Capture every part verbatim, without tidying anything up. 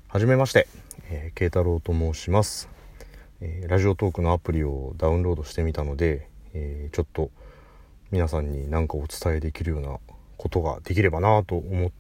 はじめまして、えー、慶太郎と申します、えー、ラジオトークのアプリをダウンロードしてみたので、えー、ちょっと皆さんに何かお伝えできるようなことができればなと思って、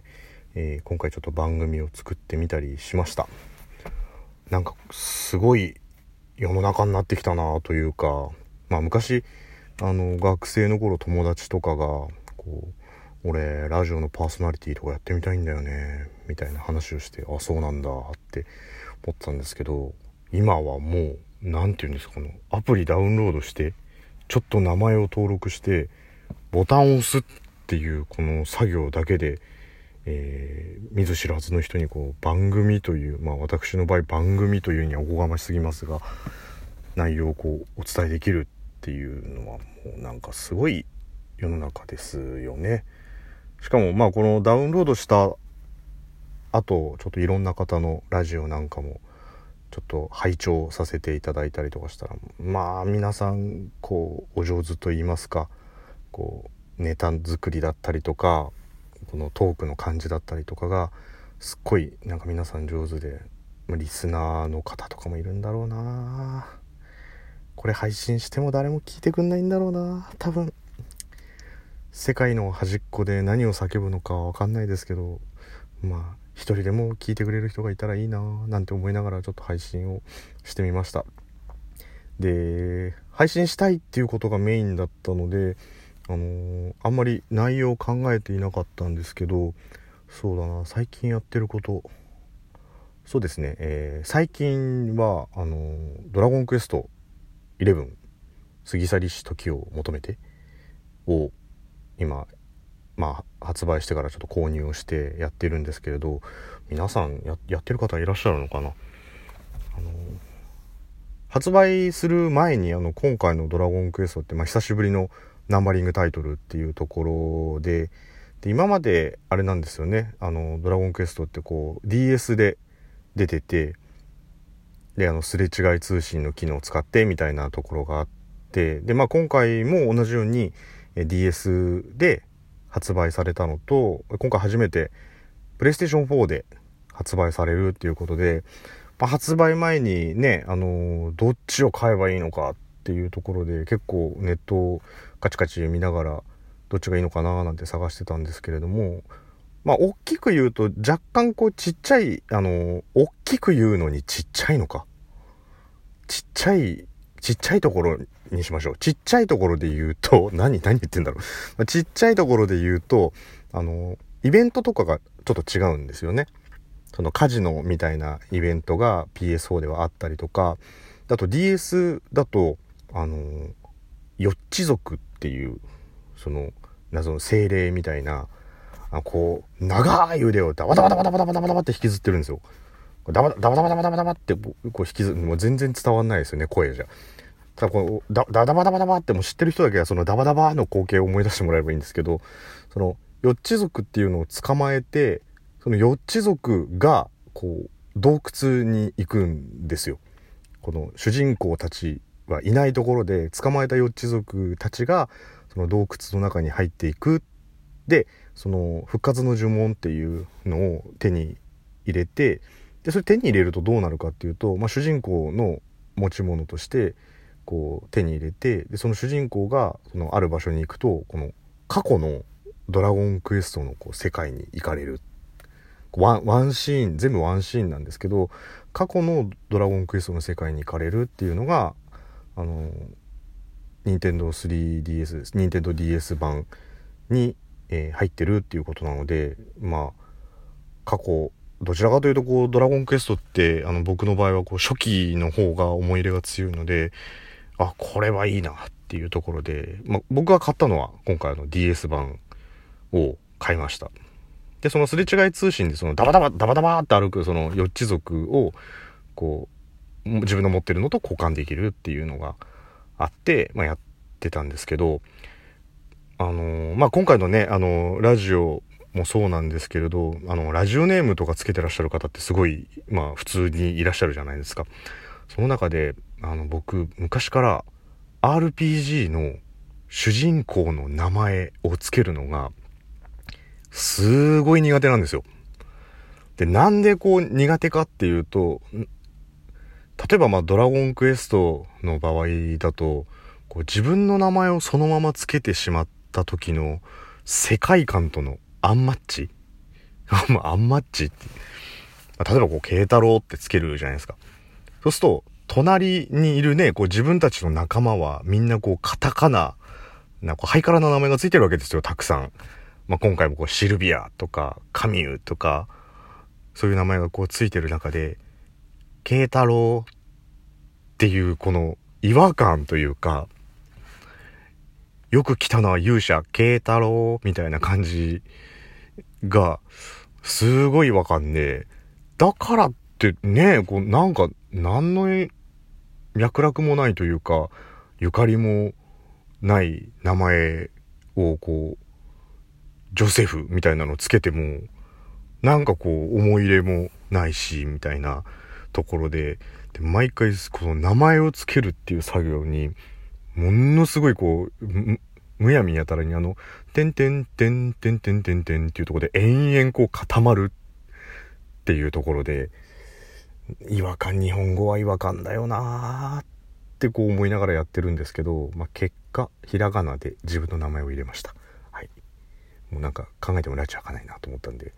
えー、今回ちょっと番組を作ってみたりしました。なんかすごい世の中になってきたなというか、まあ昔あの学生の頃友達とかがこう俺ラジオのパーソナリティとかやってみたいんだよねみたいな話をして、あそうなんだって思ったんですけど、今はもうなんていうんですか、このアプリダウンロードしてちょっと名前を登録してボタンを押すっていうこの作業だけで、えー、見ず知らずの人にこう番組という、まあ私の場合番組というにはおこがましすぎますが、内容をこうお伝えできるっていうのはもうなんかすごい世の中ですよね。しかもまあこのダウンロードした後ちょっといろんな方のラジオなんかもちょっと拝聴させていただいたりとかしたら、まあ皆さんこうお上手と言いますか、こうネタ作りだったりとかこのトークの感じだったりとかがすっごいなんか皆さん上手で、まあ、リスナーの方とかもいるんだろうな。これ配信しても誰も聞いてくんないんだろうな多分。世界の端っこで何を叫ぶのかわかんないですけど、まあ一人でも聞いてくれる人がいたらいいななんて思いながらちょっと配信をしてみました。で配信したいっていうことがメインだったので、あのー、あんまり内容を考えていなかったんですけど、そうだな、最近やってること、そうですね、えー、最近はあのー、ドラゴンクエストじゅういち過ぎ去りし時を求めてを今まあ発売してからちょっと購入をしてやってるんですけれど、皆さん や, やってる方いらっしゃるのかな。あの発売する前にあの今回のドラゴンクエストって、まあ、久しぶりのナンバリングタイトルっていうところ で, で今まであれなんですよね、あのドラゴンクエストってこう ディーエス で出てて、であのすれ違い通信の機能を使ってみたいなところがあって、で、まあ、今回も同じように ディーエス で発売されたのと、今回初めてプレイステーションフォーで発売されるっていうことで、まあ、発売前にね、あのー、どっちを買えばいいのかっていうところで結構ネットをカチカチ見ながらどっちがいいのかななんて探してたんですけれども、まあ大きく言うと若干こうちっちゃい、あのー、大きく言うのにちっちゃいのか、ちっちゃいちっちゃいところにしましょう。ちっちゃいところで言うと何何言ってんだろうちっちゃいところで言うと、あのイベントとかがちょっと違うんですよね。そのカジノみたいなイベントが ピーエスフォー ではあったりとか、あと ディーエス だとあのヨッチ族っていうその謎の精霊みたいな、あこう長い腕をダバダバダバダバダバダバダバって引きずってるんですよ。ダバダバダバダバダバダバってこう引きずる、もう全然伝わんないですよね、声じゃ。ただこうダダダバダバダバってもう知ってる人だけはそのダバダバの光景を思い出してもらえばいいんですけど、そのヨッチ族っていうのを捕まえて、そのヨッチ族がこう洞窟に行くんですよ。この主人公たちはいないところで捕まえたヨッチ族たちがその洞窟の中に入っていく。でその復活の呪文っていうのを手に入れて、でそれ手に入れるとどうなるかっていうと、まあ、主人公の持ち物としてこう手に入れて、でその主人公がそのある場所に行くと、この過去のドラゴンクエストのこう世界に行かれる。ワン、ワンシーン、全部ワンシーンなんですけど、過去のドラゴンクエストの世界に行かれるっていうのがあのニンテンドー スリーディーエス です。ニンテンドー ディーエス 版に、えー、入ってるっていうことなので、まあ過去どちらかというとこうドラゴンクエストってあの僕の場合はこう初期の方が思い入れが強いので、あこれはいいなっていうところで、まあ、僕が買ったのは今回の ディーエス 版を買いました。でそのすれ違い通信でそのダバダバダバダバって歩くそのヨッチ族をこう自分の持ってるのと交換できるっていうのがあって、まあ、やってたんですけど、あのー、まあ今回のねあのー、ラジオもそうなんですけれど、あのラジオネームとかつけてらっしゃる方ってすごいまあ普通にいらっしゃるじゃないですか。その中であの僕昔から アールピージー の主人公の名前をつけるのがすごい苦手なんですよ。 で、なんでこう苦手かっていうと、例えばまあドラゴンクエストの場合だと、こう自分の名前をそのままつけてしまった時の世界観とのアンマッチアンマッチって、例えばこう慶太郎ってつけるじゃないですか。そうすると隣にいるね、こう自分たちの仲間はみんなこうカタカナ、なんかハイカラな名前がついてるわけですよ、たくさん。まあ、今回もこうシルビアとかカミューとかそういう名前がこうついてる中で、慶太郎っていうこの違和感というか、よく来たのは勇者慶太郎みたいな感じがすごいわかんねえ。だからってね、こうなんか何の脈絡もないというか、ゆかりもない名前をこうジョセフみたいなのつけてもなんかこう思い入れもないしみたいなところで、で毎回この名前をつけるっていう作業にものすごいこうむむやみやたらにあのてんてんてんてんてんてんてんっていうところで延々こう固まるっていうところで、違和感、日本語は違和感だよなーってこう思いながらやってるんですけど、まあ、結果ひらがなで自分の名前を入れました。はい、もうなんか考えてもらっちゃいかないなと思ったんで、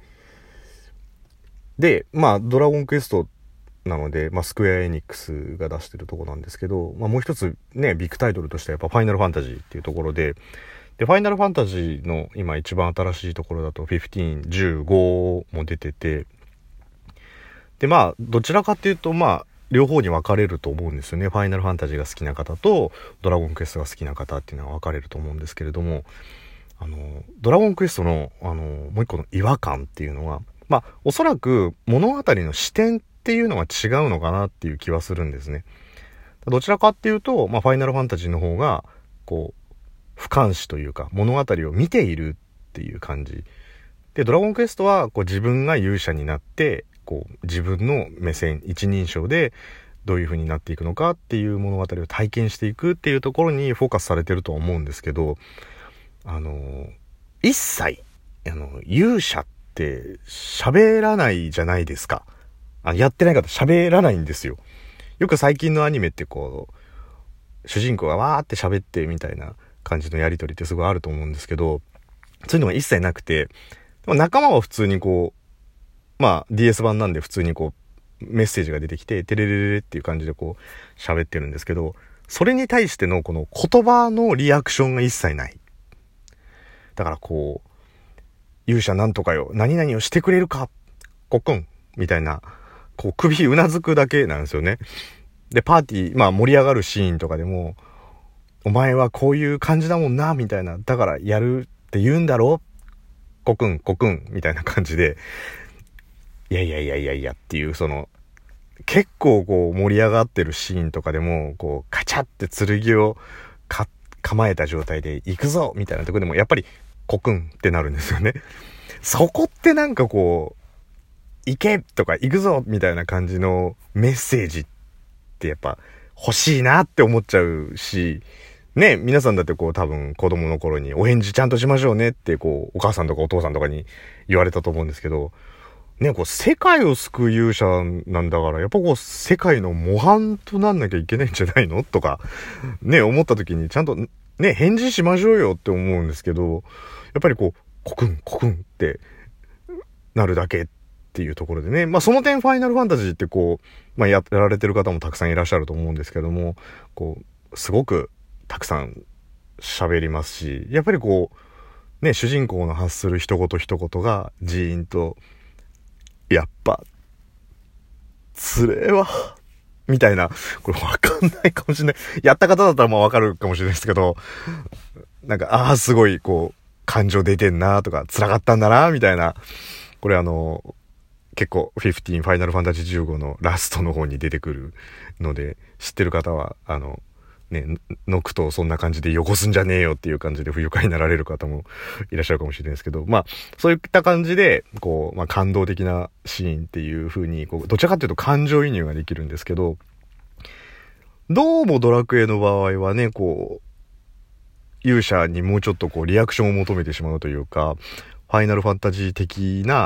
でまあドラゴンクエストなので、まあ、スクエアエニックスが出してるとこなんですけど、まあ、もう一つねビッグタイトルとしてはやっぱファイナルファンタジーっていうところで、でファイナルファンタジーの今一番新しいところだとじゅうご、じゅうごも出てて、でまあどちらかっていうとまあ両方に分かれると思うんですよね。ファイナルファンタジーが好きな方とドラゴンクエストが好きな方っていうのは分かれると思うんですけれども、あのドラゴンクエストのあのもう一個の違和感っていうのは、まあおそらく物語の視点っていうのは違うのかなっていう気はするんですね。どちらかっていうと、まあ、ファイナルファンタジーの方がこう俯瞰視というか物語を見ているっていう感じで、ドラゴンクエストはこう自分が勇者になってこう自分の目線一人称でどういう風になっていくのかっていう物語を体験していくっていうところにフォーカスされてるとは思うんですけど、あの一切あの勇者って喋らないじゃないですか。あ、やってない方喋らないんですよ。よく最近のアニメってこう主人公がわーって喋ってみたいな感じのやり取りってすごいあると思うんですけど、そういうのが一切なくて、仲間は普通にこうまあ ディーエス 版なんで普通にこうメッセージが出てきてテレレレレっていう感じでこう喋ってるんですけど、それに対してのこの言葉のリアクションが一切ない。だからこう勇者なんとかよ、何々をしてくれるかコックンみたいなこう首うなずくだけなんですよね。でパーティーまあ盛り上がるシーンとかでも、お前はこういう感じだもんなみたいな、だからやるって言うんだろコクンコクンみたいな感じで、いやいやいやいやいやっていう、その結構こう盛り上がってるシーンとかでもこうカチャって剣をか構えた状態で行くぞみたいなところでもやっぱりコクンってなるんですよね。そこってなんかこう行けとか行くぞみたいな感じのメッセージってやっぱ欲しいなって思っちゃうし、ね、皆さんだってこう多分子供の頃にお返事ちゃんとしましょうねってこうお母さんとかお父さんとかに言われたと思うんですけど、ね、こう世界を救う勇者なんだからやっぱこう世界の模範となんなきゃいけないんじゃないのとかね思った時にちゃんとね返事しましょうよって思うんですけど、やっぱりこうコクンコクンってなるだけっていうところでね、まあその点ファイナルファンタジーってこう、まあ、やられてる方もたくさんいらっしゃると思うんですけども、こうすごくたくさん喋りますし、やっぱりこうね主人公の発する一言一言がジーンとやっぱつれえわみたいな、これわかんないかもしれない、やった方だったらまあわかるかもしれないですけど、なんかああすごいこう感情出てんなとか辛かったんだなみたいな、これあの結構じゅうごファイナルファンタジーじゅうごのラストの方に出てくるので、知ってる方はあのねノクとそんな感じで汚すんじゃねえよっていう感じで不愉快になられる方もいらっしゃるかもしれないですけど、まあそういった感じでこう、まあ、感動的なシーンっていう風にこうどちらかというと感情移入ができるんですけど、どうもドラクエの場合はねこう勇者にもうちょっとこうリアクションを求めてしまうというか、ファイナルファンタジー的な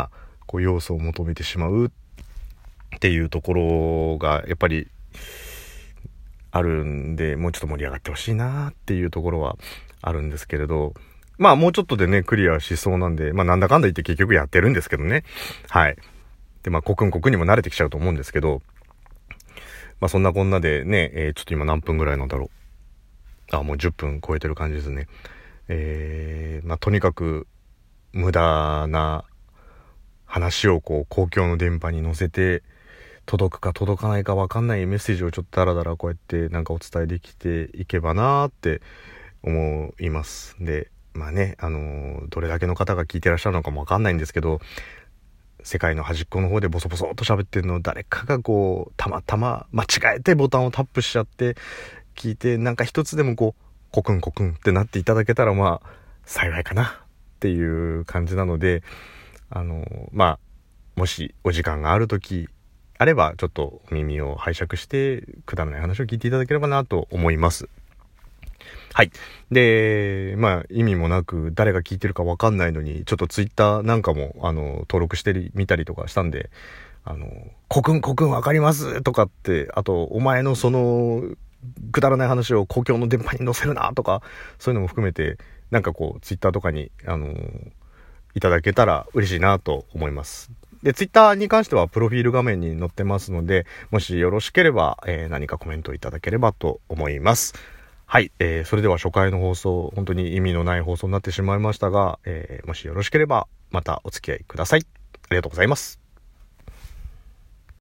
こう要素を求めてしまうっていうところがやっぱりあるんで、もうちょっと盛り上がってほしいなっていうところはあるんですけれど、まあもうちょっとでねクリアしそうなんで、まあなんだかんだ言って結局やってるんですけどね。はい。でまあコクンコクンにも慣れてきちゃうと思うんですけど、まあそんなこんなでね、えー、ちょっと今何分ぐらいなんだろう。あ、もうじゅっぷん超えてる感じですね。えー、まあとにかく無駄な話をこう公共の電波に乗せて届くか届かないか分かんないメッセージをちょっとダラダラこうやってなんかお伝えできていけばなーって思います。でまあね、あのー、どれだけの方が聞いてらっしゃるのかも分かんないんですけど、世界の端っこの方でボソボソっと喋ってるのを誰かがこうたまたま間違えてボタンをタップしちゃって聞いて、なんか一つでもこうコクンコクンってなっていただけたらまあ幸いかなっていう感じなので、あのー、まあもしお時間がある時あればちょっと耳を拝借してくだらない話を聞いていただければなと思います。はい。で、まあ意味もなく誰が聞いてるか分かんないのにちょっとツイッターなんかもあの登録してみたりとかしたんで、あのコクンコクン分かりますとかって、あとお前のそのくだらない話を公共の電波に載せるなとか、そういうのも含めてなんかこうツイッターとかにあのいただけたら嬉しいなと思います。で、ツイッターに関してはプロフィール画面に載ってますので、もしよろしければ、えー、何かコメントいただければと思います。はい、えー、それでは初回の放送、本当に意味のない放送になってしまいましたが、えー、もしよろしければまたお付き合いください。ありがとうございます。